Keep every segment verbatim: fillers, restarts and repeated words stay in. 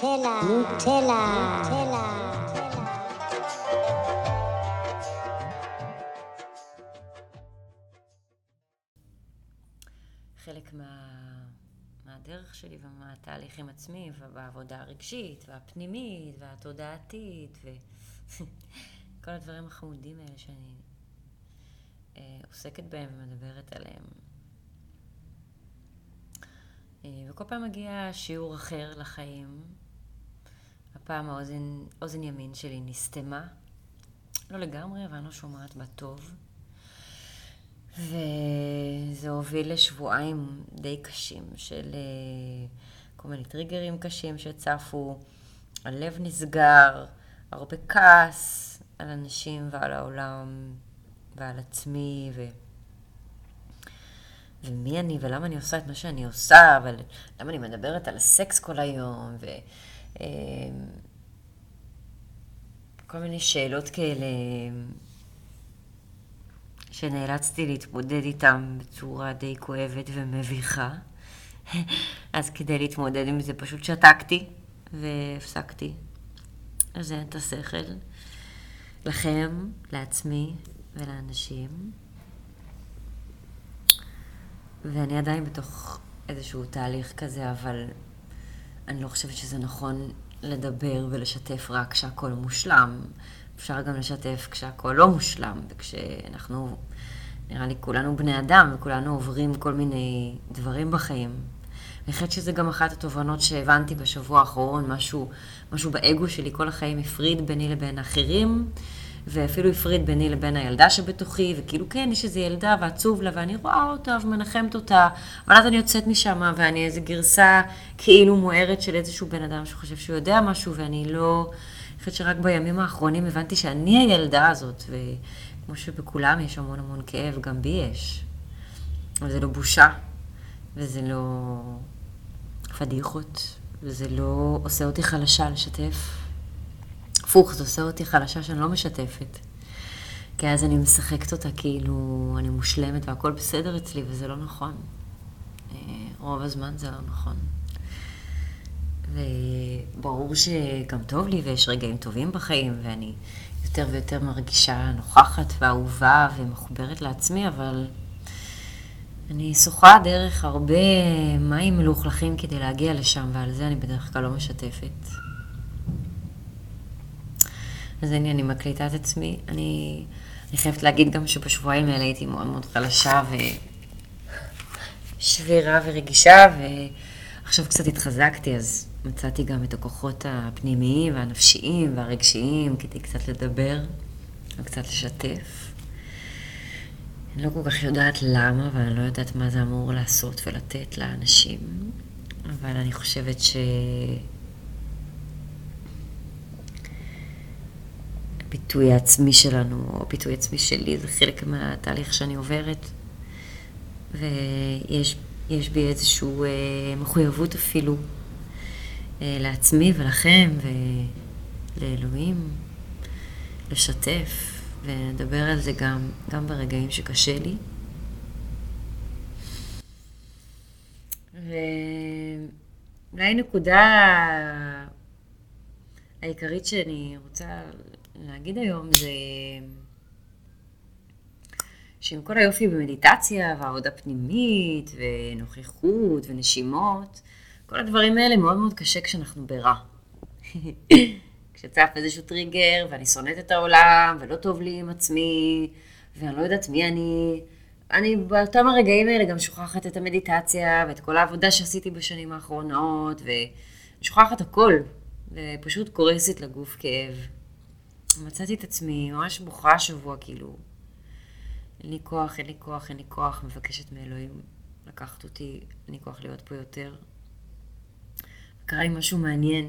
נוטלה, נוטלה, נוטלה. חלק מה... מהדרך שלי ומהתהליך עם עצמי ובעבודה הרגשית והפנימית והתודעתית וכל הדברים החמודים האלה שאני אה, עוסקת בהם ומדברת עליהם. אה, וכל פעם מגיע שיעור אחר לחיים. הפעם האוזן, אוזן ימין שלי נסתמה, לא לגמרי, אבל אני לא שומעת בה טוב. וזה הוביל לשבועיים די קשים של כל מיני טריגרים קשים שצפו, הלב נסגר, הרבה כעס על אנשים ועל העולם ועל עצמי ו... ומי אני ולמה אני עושה את מה שאני עושה ולמה אני מדברת על הסקס כל היום ו... כל מיני שאלות כאלה שנאלצתי להתמודד איתם בצורה די כואבת ומביכה. אז כדי להתמודד עם זה פשוט שתקתי והפסקתי. אז אין את השכל. לכם, לעצמי ולאנשים. ואני עדיין בתוך איזשהו תהליך כזה, אבל אני לא חושבת שזה נכון לדבר ולשתף רק כשהכל מושלם. אפשר גם לשתף כשהכל לא מושלם, וכשאנחנו, נראה לי, כולנו בני אדם, וכולנו עוברים כל מיני דברים בחיים. אני חושבת שזה גם אחת התובנות שהבנתי בשבוע האחרון, משהו, משהו באגו שלי, כל החיים הפריד ביני לבין האחרים, ואפילו הפריד ביני לבין הילדה שבתוכי, וכאילו כן, יש איזו ילדה ועצוב לה, ואני רואה אותה ומנחמת אותה, אבל אז אני יוצאת משם, ואני איזו גרסה כאילו מוארת של איזשהו בן אדם שחושב שהוא יודע משהו, ואני לא... אני חושבת שרק בימים האחרונים הבנתי שאני הילדה הזאת, וכמו שבכולם יש המון המון כאב, גם בי יש. אבל זה לא בושה, וזה לא פדיחות, וזה לא עושה אותי חלשה לשתף. הפוך, זה עושה אותי חלשה שאני לא משתפת. כי אז אני משחקת אותה כאילו אני מושלמת והכל בסדר אצלי, וזה לא נכון. רוב הזמן זה לא נכון. וברור שגם טוב לי ויש רגעים טובים בחיים, ואני יותר ויותר מרגישה נוכחת ואהובה ומחוברת לעצמי, אבל אני שוחה דרך הרבה מים מלוכלכים כדי להגיע לשם, ועל זה אני בדרך כלל לא משתפת. אז אני, אני מקליטה את עצמי. אני, אני חייבת להגיד גם שבשבועיים האלה הייתי מאוד מאוד חלשה ושבירה ורגישה, ועכשיו קצת התחזקתי, אז מצאתי גם את הכוחות הפנימיים והנפשיים והרגשיים כדי קצת לדבר וקצת לשתף. אני לא כל כך יודעת למה, ואני לא יודעת מה זה אמור לעשות ולתת לאנשים, אבל אני חושבת ש... הביטוי העצמי שלנו, או הביטוי העצמי שלי, זה חלק מהתהליך שאני עוברת, ויש יש בי איזושהי אה, מחויבות אפילו אה, לעצמי ולכם ולאלוהים, לשתף ולדבר על זה גם, גם ברגעים שקשה לי. ואולי נקודה העיקרית שאני רוצה להגיד היום זה שעם כל היופי במדיטציה ועבודה פנימית ונוכחות ונשימות, כל הדברים האלה מאוד מאוד קשה כשאנחנו ברע. כשצף איזשהו טריגר ואני שונאת את העולם ולא טוב לי עם עצמי ואני לא יודעת מי אני, אני באותם הרגעים האלה גם שוכחת את המדיטציה ואת כל העבודה שעשיתי בשנים האחרונות, ושוכחת הכל ופשוט קורסת לגוף כאב. מצאתי את עצמי ממש בוכה השבוע, כאילו, אין לי כוח, אין לי כוח, אין לי כוח, מבקשת מאלוהים לקחת אותי, אין לי כוח להיות פה יותר. קרה לי משהו מעניין,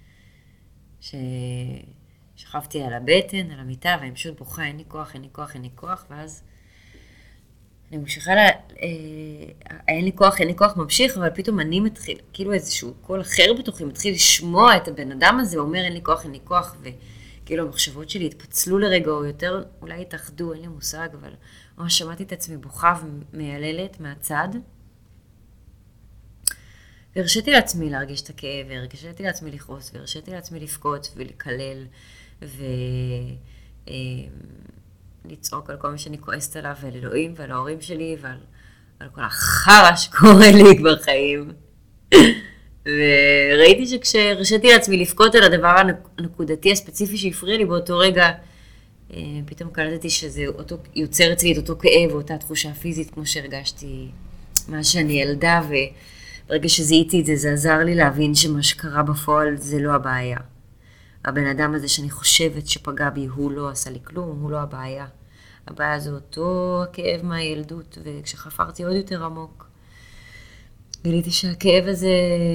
ששכבתי על הבטן, על המיטה, ואני פשוט בוכה, אין לי כוח, אין לי כוח, אין לי כוח, ואז אני ממשיכה לה, אה, אין לי כוח, אין לי כוח, ממשיך, אבל פתאום אני מתחיל, כאילו איזשהו קול אחר בתוכי, מתחיל לשמוע את הבן אדם הזה, הוא אומר אין לי כוח, אין לי כוח, ו... כאילו המחשבות שלי התפצלו לרגע, או יותר אולי התאחדו, אין לי מושג, אבל ממש שמעתי את עצמי בוכה ומייללת מהצד. והרשיתי לעצמי להרגיש את הכאב, והרשיתי לעצמי לכעוס, והרשיתי לעצמי לבכות ולקלל, ולצעוק על כל מה שאני כועסת עליו, ועל אלוהים ועל ההורים שלי, ועל על כל החרא שקורה לי בחיים. וראיתי שכשרשיתי לעצמי לבכות על הדבר הנקודתי הספציפי שהפריע לי באותו רגע, פתאום קלטתי שזה אותו, יוצר אצלי את אותו כאב, אותה תחושה פיזית כמו שהרגשתי מה שאני ילדה, וברגע שזיהיתי את זה, זה עזר לי להבין שמה שקרה בפועל זה לא הבעיה. הבן אדם הזה שאני חושבת שפגע בי, הוא לא עשה לי כלום, הוא לא הבעיה. הבעיה זה אותו הכאב מהילדות, וכשחפרתי עוד יותר עמוק, גיליתי שהכאב הזה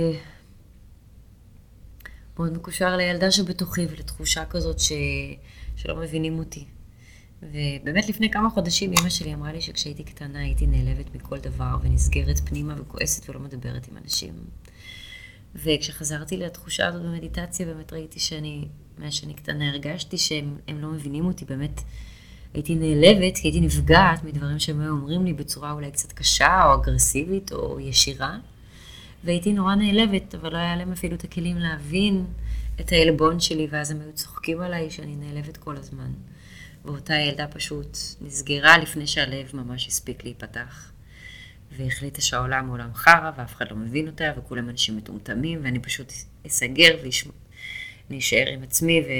מאוד מקושר לילדה שבתוכי ולתחושה כזאת ש... שלא מבינים אותי. ובאמת לפני כמה חודשים אמא שלי אמרה לי שכשהייתי קטנה הייתי נעלבת מכל דבר ונסגרת פנימה וכועסת ולא מדברת עם אנשים. וכשחזרתי לתחושה הזאת במדיטציה באמת ראיתי שאני, מה שאני קטנה הרגשתי שהם לא מבינים אותי. באמת הייתי נעלבת כי הייתי נפגעת מדברים שהם היו אומרים לי בצורה אולי קצת קשה או אגרסיבית או ישירה. והייתי נורא נעלבת, אבל לא היה להם אפילו את הכלים להבין את העלבון שלי, ואז הם היו צוחקים עליי שאני נעלבת כל הזמן. ואותה ילדה פשוט נסגרה לפני שהלב ממש הספיק להיפתח. והחליטה שהעולם הוא עולם חרא, ואף אחד לא מבין אותה, וכולם אנשים מטומטמים, ואני פשוט אסגר ונשאר עם עצמי, ו...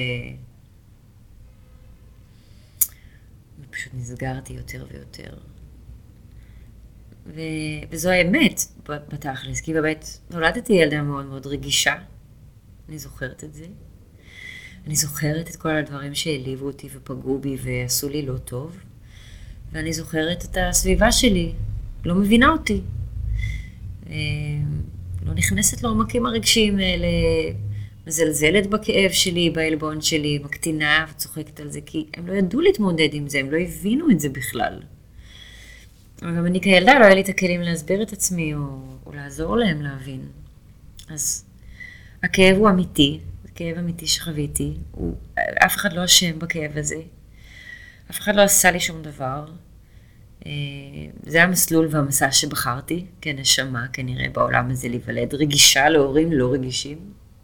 ופשוט נסגרתי יותר ויותר. ו... וזו האמת בתכלס, כי באמת נולדתי ילדה מאוד מאוד רגישה, אני זוכרת את זה. אני זוכרת את כל הדברים שהעליבו אותי ופגעו בי ועשו לי לא טוב. ואני זוכרת את הסביבה שלי, לא מבינה אותי. לא נכנסת לעומקים הרגשיים האלה, מזלזלת בכאב שלי, בעלבון שלי, מקטינה וצוחקת על זה, כי הם לא ידעו להתמודד עם זה, הם לא הבינו את זה בכלל. אבל גם אני כילדה לא היה לי את הכלים להסביר את עצמי או, או לעזור להם להבין. אז הכאב הוא אמיתי, זה כאב אמיתי שחוויתי, הוא, אף אחד לא אשם בכאב הזה, אף אחד לא עשה לי שום דבר. זה המסלול והמסע שבחרתי, כנשמה, כנראה בעולם הזה להיוולד, רגישה להורים לא רגישים,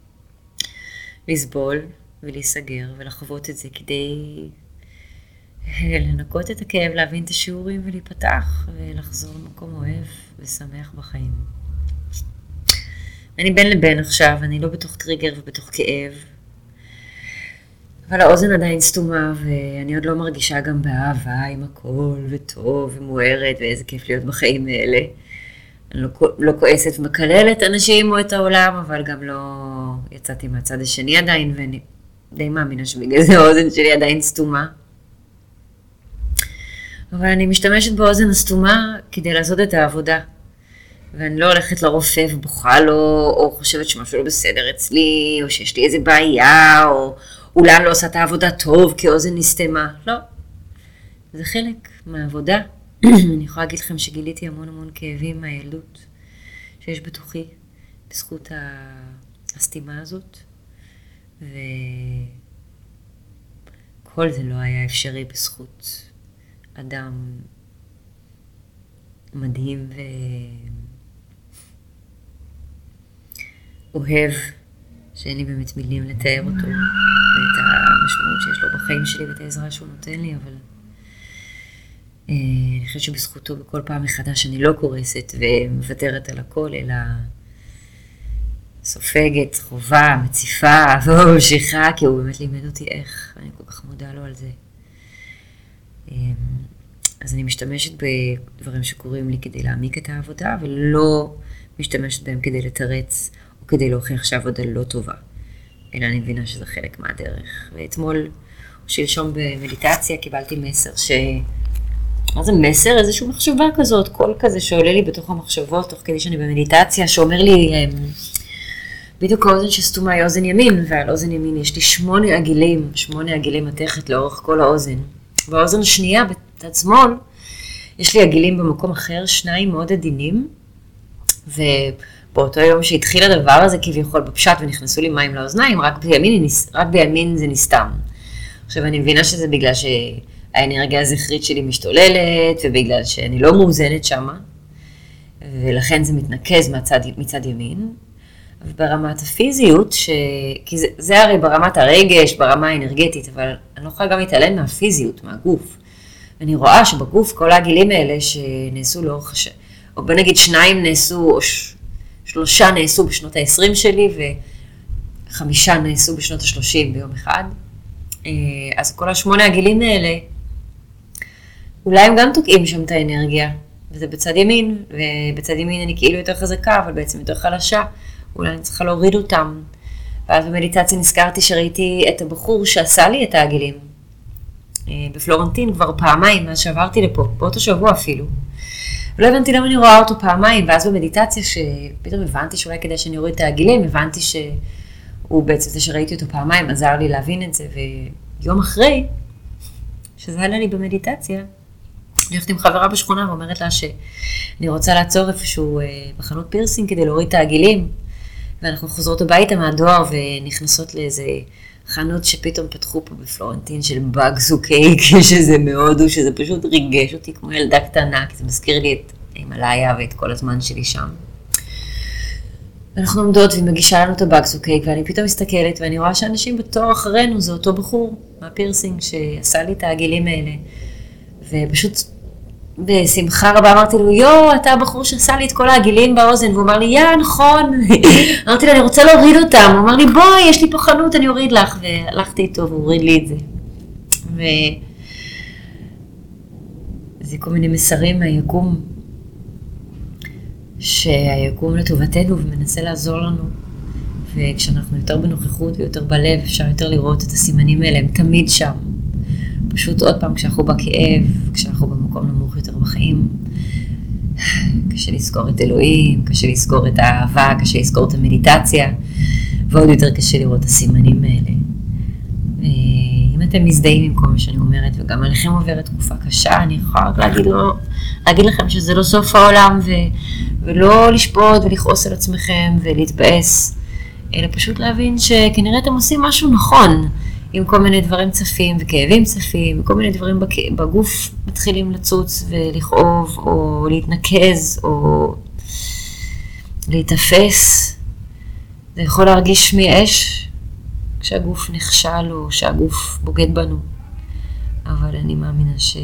לסבול ולהיסגר ולחוות את זה כדי לנקות את הכאב, להבין את השיעורים ולהיפתח ולחזור למקום אוהב ושמח בחיים. אני בין לבין עכשיו, אני לא בתוך טריגר ובתוך כאב, אבל האוזן עדיין סתומה ואני עוד לא מרגישה גם באהבה עם הכל וטוב ומוארת ואיזה כיף להיות בחיים האלה. אני לא, לא כועסת ומקללת אנשים או את העולם, אבל גם לא יצאתי מהצד השני עדיין, ואני די מאמינה שבגלל זה האוזן שלי עדיין סתומה. אבל אני משתמשת באוזן הסתומה כדי לעשות את העבודה. ואני לא הולכת לרופא ובוכה לו, או חושבת שמשהו לא בסדר אצלי, או שיש לי איזה בעיה, או אולי אני לא עושה את העבודה טוב כי האוזן נסתמה. לא. זה חלק מהעבודה. אני יכולה להגיד לכם שגיליתי המון המון כאבים מהילדות שיש בתוכי, בזכות הסתימה הזאת. וכל זה לא היה אפשרי בזכות אדם מדהים ואוהב, שאין לי באמת מילים לתאר אותו, ואת המשמעות שיש לו בחיים שלי ואת העזרה שהוא נותן לי, אבל אני חושבת שבזכותו בכל פעם מחדש אני לא קורסת ומוותרת על הכל, אלא סופגת, חובה, מציפה וממשיכה, כי הוא באמת לימד אותי איך, ואני כל כך מודה לו על זה. אז אני משתמשת בדברים שקורים לי כדי להעמיק את העבודה, ולא משתמשת בהם כדי לתרץ, או כדי להוכיח שהעבודה לא טובה, אלא אני מבינה שזה חלק מהדרך. ואתמול, או שלשום במדיטציה, קיבלתי מסר ש... מה זה מסר? איזושהי מחשבה כזאת, קול כזה שעולה לי בתוך המחשבות, תוך כדי שאני במדיטציה, שאומר לי, בדיוק האוזן שסתומה היא אוזן ימין, ועל אוזן ימין יש לי שמונה עגילים, שמונה עגילי מתכת לאורך כל האוזן. והאוזן השנייה, בצד שמאל, יש לי עגילים במקום אחר, שניים מאוד עדינים, ובאותו יום שהתחיל הדבר הזה כביכול בפשט ונכנסו לי מים לאוזניים, רק בימין, רק בימין זה נסתם. עכשיו אני מבינה שזה בגלל שהאנרגיה הזכרית שלי משתוללת, ובגלל שאני לא מאוזנת שמה, ולכן זה מתנקז מצד, מצד ימין. וברמת הפיזיות, ש... כי זה, זה הרי ברמת הרגש, ברמה האנרגטית, אבל אני לא יכולה גם להתעלם מהפיזיות, מהגוף. אני רואה שבגוף כל הגילים האלה שנעשו לאורך הש... או בוא נגיד שניים נעשו, או ש... שלושה נעשו בשנות ה-עשרים שלי, וחמישה נעשו בשנות ה-שלושים ביום אחד. אז כל השמונה הגילים האלה, אולי הם גם תוקעים שם את האנרגיה, וזה בצד ימין, ובצד ימין אני כאילו יותר חזקה, אבל בעצם יותר חלשה, אולי אני צריכה להוריד אותם. ואז במדיטציה נזכרתי שראיתי את הבחור שעשה לי את העגילים, בפלורנטין כבר פעמיים, אז שעברתי לפה, באותו שבוע אפילו. ולא הבנתי למה אני רואה אותו פעמיים, ואז במדיטציה שפתאום הבנתי שאולי כדי שאני אוריד את העגילים, הבנתי שהוא בעצם זה שראיתי אותו פעמיים, עזר לי להבין את זה, ויום אחרי, שזה היה לי במדיטציה, אני הולכת עם חברה בשכונה ואומרת לה שאני רוצה לעצור איפשהו בחנות פירסינג כדי להוריד את העגילים, ואנחנו חוזרות הביתה מהדואר ונכנסות לאיזה חנות שפתאום פתחו פה בפלורנטין של בגס וקייק, שזה מהודו, שזה פשוט ריגש אותי כמו ילדה קטנה, כי זה מזכיר לי את הימלאיה ואת כל הזמן שלי שם. ואנחנו עומדות והיא מגישה לנו את הבגס וקייק, ואני פתאום מסתכלת ואני רואה שאנשים בתור אחרינו, זה אותו בחור מהפירסינג שעשה לי את העגילים האלה. ופשוט בשמחה רבה אמרתי לו, יו, אתה הבחור שעשה לי את כל העגילים באוזן, והוא אמר לי, יא, נכון. אמרתי לו, אני רוצה להוריד אותם. הוא אמר לי, בואי, יש לי פה חנות, אני אוריד לך. והלכתי איתו והוא הוריד לי את זה. וזה כל מיני מסרים מהיקום, שהיקום לטובתנו ומנסה לעזור לנו. וכשאנחנו יותר בנוכחות ויותר בלב, אפשר יותר לראות את הסימנים האלה, הם תמיד שם. פשוט עוד פעם, כשאנחנו בכאב, כשאנחנו במקום נמוך יותר בחיים, קשה לזכור את אלוהים, קשה לזכור את האהבה, קשה לזכור את המדיטציה, ועוד יותר קשה לראות את הסימנים האלה. אם אתם מזדהים עם כל מה שאני אומרת, וגם עליכם עוברת תקופה קשה, אני יכולה רק להגיד, לא, להגיד לכם שזה לא סוף העולם, ו, ולא לשפוט ולכעוס על עצמכם ולהתבאס, אלא פשוט להבין שכנראה אתם עושים משהו נכון, עם כל מיני דברים צפים וכאבים צפים, וכל מיני דברים בגוף מתחילים לצוץ ולכאוב, או להתנקז, או להתאפס. זה יכול להרגיש מאש כשהגוף נכשל, או שהגוף בוגד בנו. אבל אני מאמינה ש...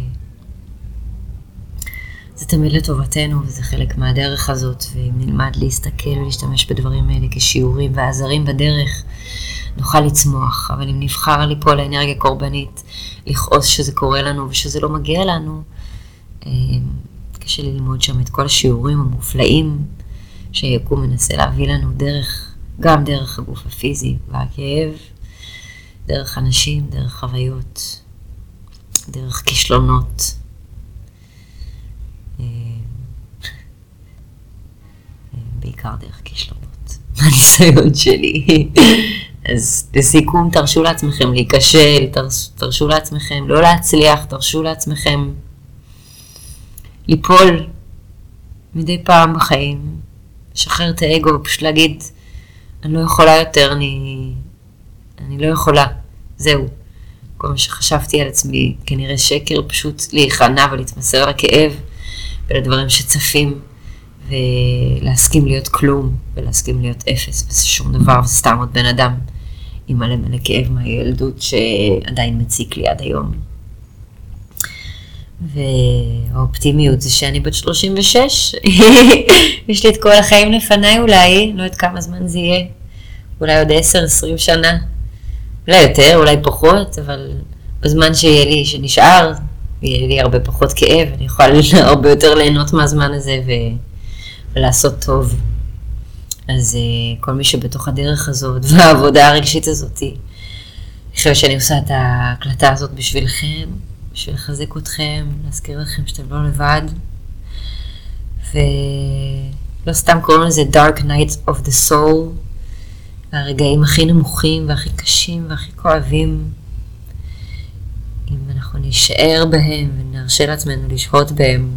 זה תמיד לטובתנו, וזה חלק מהדרך הזאת, ואם נלמד להסתכל ולהשתמש בדברים האלה כשיעורים ועזרים בדרך, נוכל לצמוח. אבל אם נבחר ליפול לאנרגיה קורבנית, לכעוס שזה קורה לנו ושזה לא מגיע לנו, קשה ללמוד שם את כל השיעורים המופלאים שהיקום מנסה להביא לנו דרך, גם דרך הגוף הפיזי והכאב, דרך אנשים, דרך חוויות, דרך כישלונות. בעיקר דרך כישלונות, מהניסיון שלי. אז לסיכום, תרשו לעצמכם להיכשל, תרשו לעצמכם לא להצליח, תרשו לעצמכם ליפול מדי פעם בחיים, לשחרר את האגו, פשוט להגיד, אני לא יכולה יותר, אני, אני לא יכולה, זהו. כל מה שחשבתי על עצמי כנראה שקר, פשוט להיכנע ולהתמסר לכאב ולדברים שצפים, ולהסכים להיות כלום, ולהסכים להיות אפס, וזה שום דבר, וזה סתם עוד בן אדם, עם מלא מלא כאב מהילדות שעדיין מציק לי עד היום. והאופטימיות זה שאני בת שלושים ושש, יש לי את כל החיים לפניי אולי, לא יודעת כמה זמן זה יהיה, אולי עוד עשר עשרים שנה, אולי יותר, אולי פחות, אבל בזמן שיהיה לי, שנשאר, יהיה לי הרבה פחות כאב, אני יכולה הרבה יותר ליהנות מהזמן הזה ו... ולעשות טוב. אז uh, כל מי שבתוך הדרך הזאת והעבודה הרגשית הזאת, אני חושבת שאני עושה את ההקלטה הזאת בשבילכם, בשביל לחזק אתכם, להזכיר לכם שאתם לא לבד, ולא סתם קוראים לזה Dark Night of the Soul, הרגעים הכי נמוכים והכי קשים והכי כואבים, אם אנחנו נשאר בהם ונרשה לעצמנו לשהות בהם,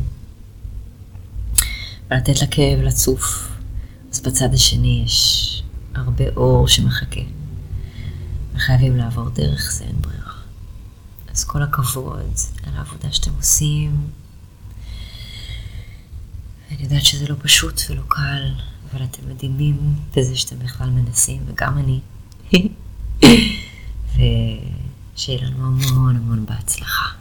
ולתת לכאב לצוף, אז בצד השני יש הרבה אור שמחכה, וחייבים לעבור דרך זה, אין ברירה. אז כל הכבוד על העבודה שאתם עושים, אני יודעת שזה לא פשוט ולא קל, אבל אתם מדהימים בזה שאתם בכלל מנסים, וגם אני. ושיהיה לנו המון המון בהצלחה.